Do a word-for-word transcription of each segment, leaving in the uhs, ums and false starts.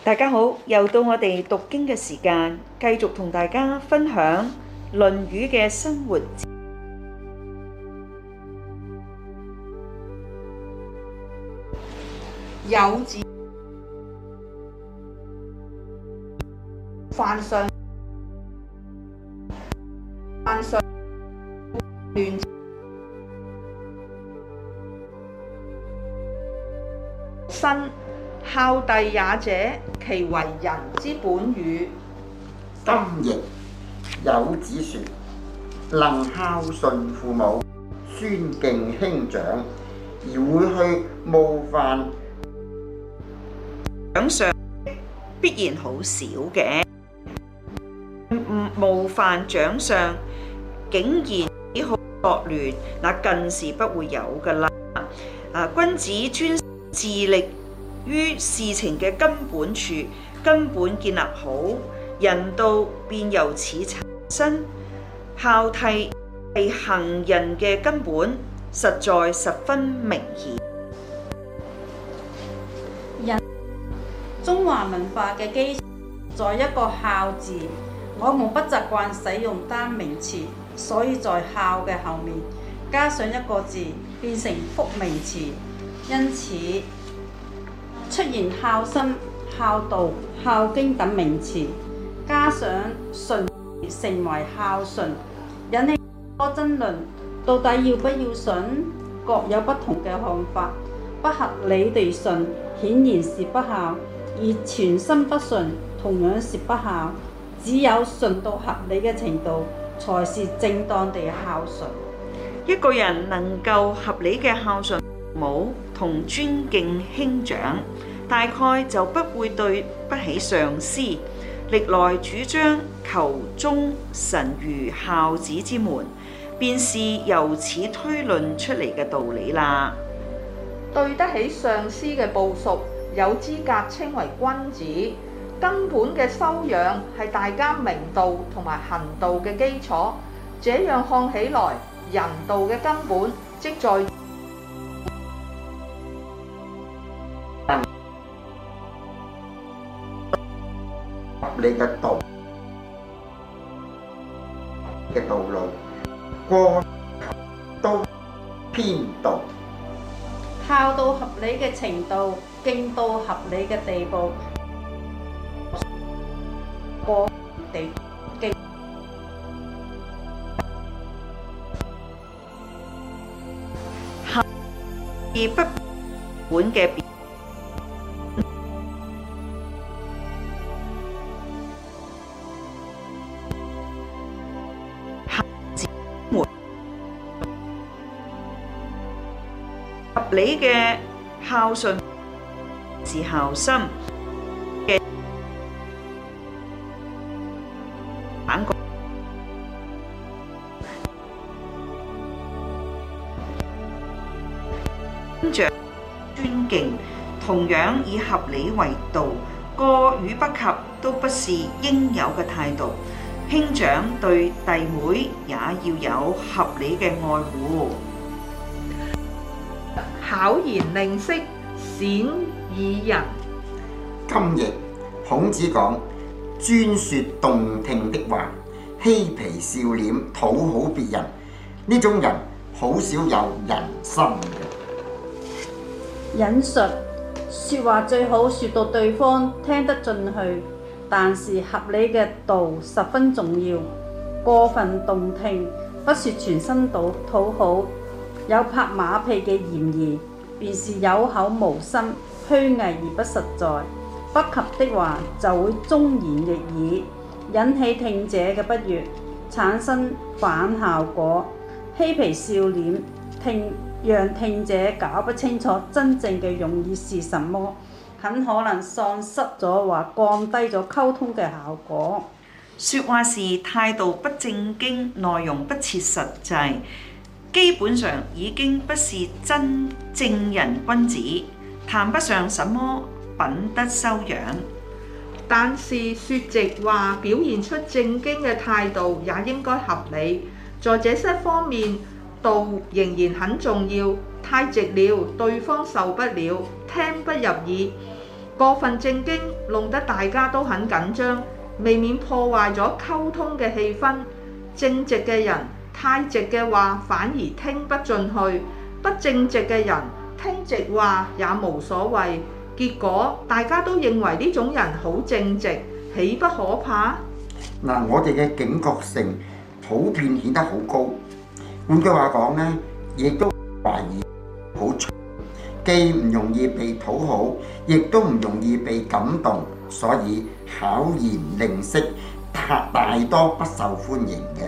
大家好，又到我哋讀經嘅時間，繼續同大家分享《論語》嘅生活。 有子犯上犯上亂身，孝弟也者，其為人之本與？ 今譯有子說：能孝順父母，尊敬兄長，而會去冒犯長上必然好少嘅，冒犯長上竟然只好惡亂，那更是不會有噶啦。啊，君子專致力於事情嘅根本處，根本建立好，人道便由此產生。孝悌係行人嘅根本，實在十分明顯。 人中華文化嘅基礎在一個孝字，我們不習慣使用單名詞，所以在孝嘅後面加上一個字，變成複名詞，因此出現孝心、孝道、孝經等名詞，加上順成為孝順，引起多爭論。到底要不要順？各有不同嘅看法。不合理地順，顯然是不孝；而全心不順，同樣是不孝。只有順到合理嘅程度，才是正當地孝順。 一個人能夠合理嘅孝順父母同尊敬兄長，大概就不會對不起上司。歷來主張求忠臣如孝子之門，便是由此推論出嚟嘅道理啦。 對得起上司嘅部屬，有資格稱為君子。根本嘅修養係大家明道同埋行道嘅基礎。這樣看起來，人道嘅根本即在合理嘅道嘅道路，過都偏道。 孝到合理嘅程度，敬到合理嘅地步，過地敬孝而不本嘅表合理嘅孝順是孝心嘅反過，兄長尊敬同樣以合理為道，過與不及都不是應有嘅態度。兄長對弟妹也要有合理嘅愛護。 巧言令色，鮮矣仁。 今譯孔子講專說動聽的話，嬉皮笑臉討好別人，呢種人好少有仁心嘅。 引述說話最好說到對方聽得進去，但是合理嘅道十分重要。過分動聽，不說全心道討好，有拍馬屁嘅嫌疑，便是有口無心，虛偽而不實在。不及的話就會忠言逆耳，引起聽者嘅不悅，產生反效果。嬉皮笑臉，聽讓聽者搞不清楚真正嘅用意是什麼，很可能喪失咗或降低咗溝通嘅效果。 說話時態度不正經，內容不切實際，基本上已經不是真正人君子，談不上什麼品德修養。 但是說直話表現出正經嘅態度也應該合理，在這些方面道仍然很重要。太直了，對方受不了，聽不入耳。 過分正經弄得大家都很緊張，未免破壞咗溝通嘅氣氛。正直嘅人太直嘅話反而聽不進去，不正直嘅人聽直話也無所謂。結果大家都認為呢種人好正直，豈不可怕？ 嗱，我哋嘅警覺性普遍顯得好高。換句話講呢，亦都懷疑好重，既唔容易被討好，亦都唔容易被感動，所以巧言令色大大多不受歡迎嘅。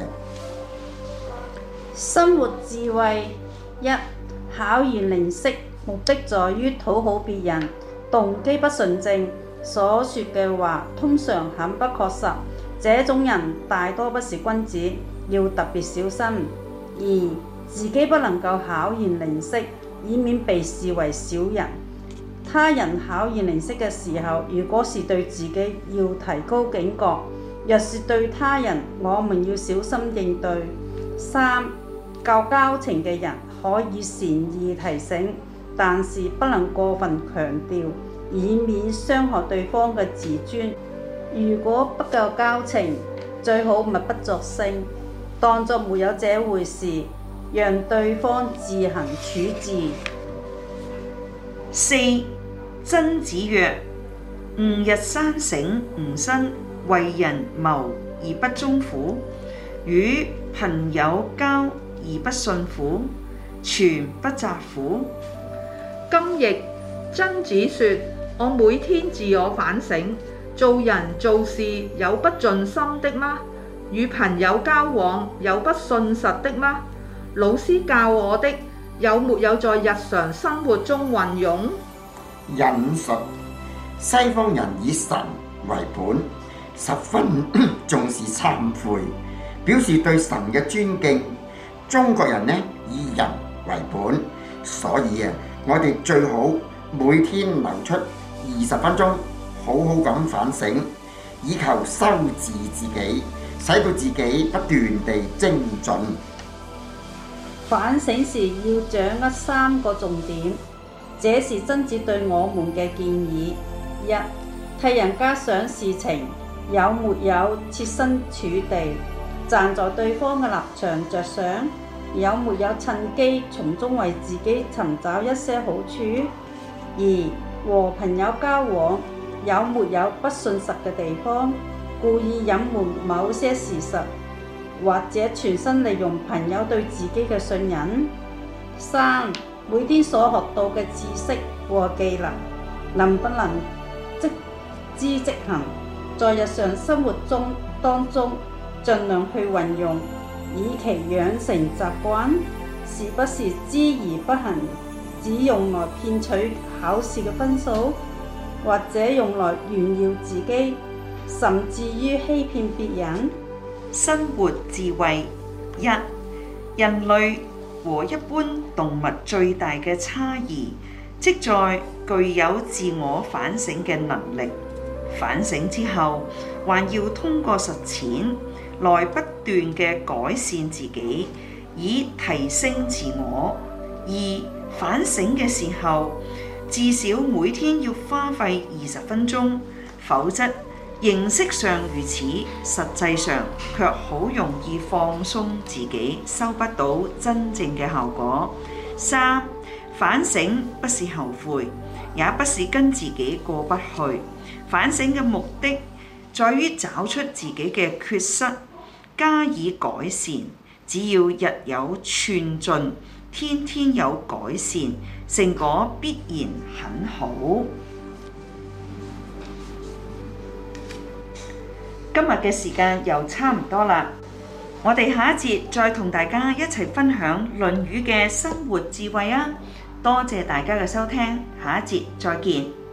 生活智慧一，巧言令色目的在於討好別人，動機不純正，所說嘅話通常很不確實，這種人大多不是君子，要特別小心。二，自己不能夠巧言令色，以免被視為小人。他人巧言令色嘅時候，如果是對自己，要提高警覺；若是對他人，我們要小心應對。三，夠交情嘅人可以善意提醒，但是不能過分強調，以免傷害對方嘅自尊。如果不夠交情，最好默不作聲，當作沒有這回事，讓對方自行處置。 四，曾子曰：吾日三省吾身，為人謀而不忠乎？與朋友交而不信乎？傳不責乎？ 今譯曾子說：我每天自我反省，做人做事有不盡心的嗎？與朋友交往有不信實的嗎？老師教我的有沒有在日常生活中運用？ 引述西方人以神為本，十分重視懺悔，表示對神嘅尊敬。中國人呢以人為本，所以啊，我哋最好每天留出二十分鐘，好好咁反省，以求修治自己，使到自己不斷地精進。 反省時要掌握三個重點，這是曾子對我們嘅建議。一、替人家想事情，有沒有設身處地，站在對方嘅立場着想，有沒有趁機從中為自己尋找一些好處？二、和朋友交往，有沒有不信實嘅地方，故意隱瞞某些事實，或者全心利用朋友對自己嘅信任。三、每天所學到嘅知識和技能，能不能即知即行，在日常生活中當中盡量去運用，以其養成習慣，是不是知而不行，只用來騙取考試嘅分數，或者用來炫耀自己，甚至於欺騙別人。 生活智慧一，人類和一般動物最大嘅差異，即在具有自我反省嘅能力。反省之後，還要通過實踐來不斷嘅改善自己，以提升自我。二、反省嘅時候，至少每天要花費二十分鐘，否則形式上如此，實際上卻好容易放鬆自己，收不到真正嘅效果。三、反省不是後悔，也不是跟自己過不去。反省嘅目的在於找出自己嘅缺失，加以改善。只要日有寸進，天天有改善，成果必然很好。今日嘅時間又差唔多啦，我哋下一節再同大家一齊分享《論語》嘅生活智慧啊！多謝大家嘅收聽，下一節再見。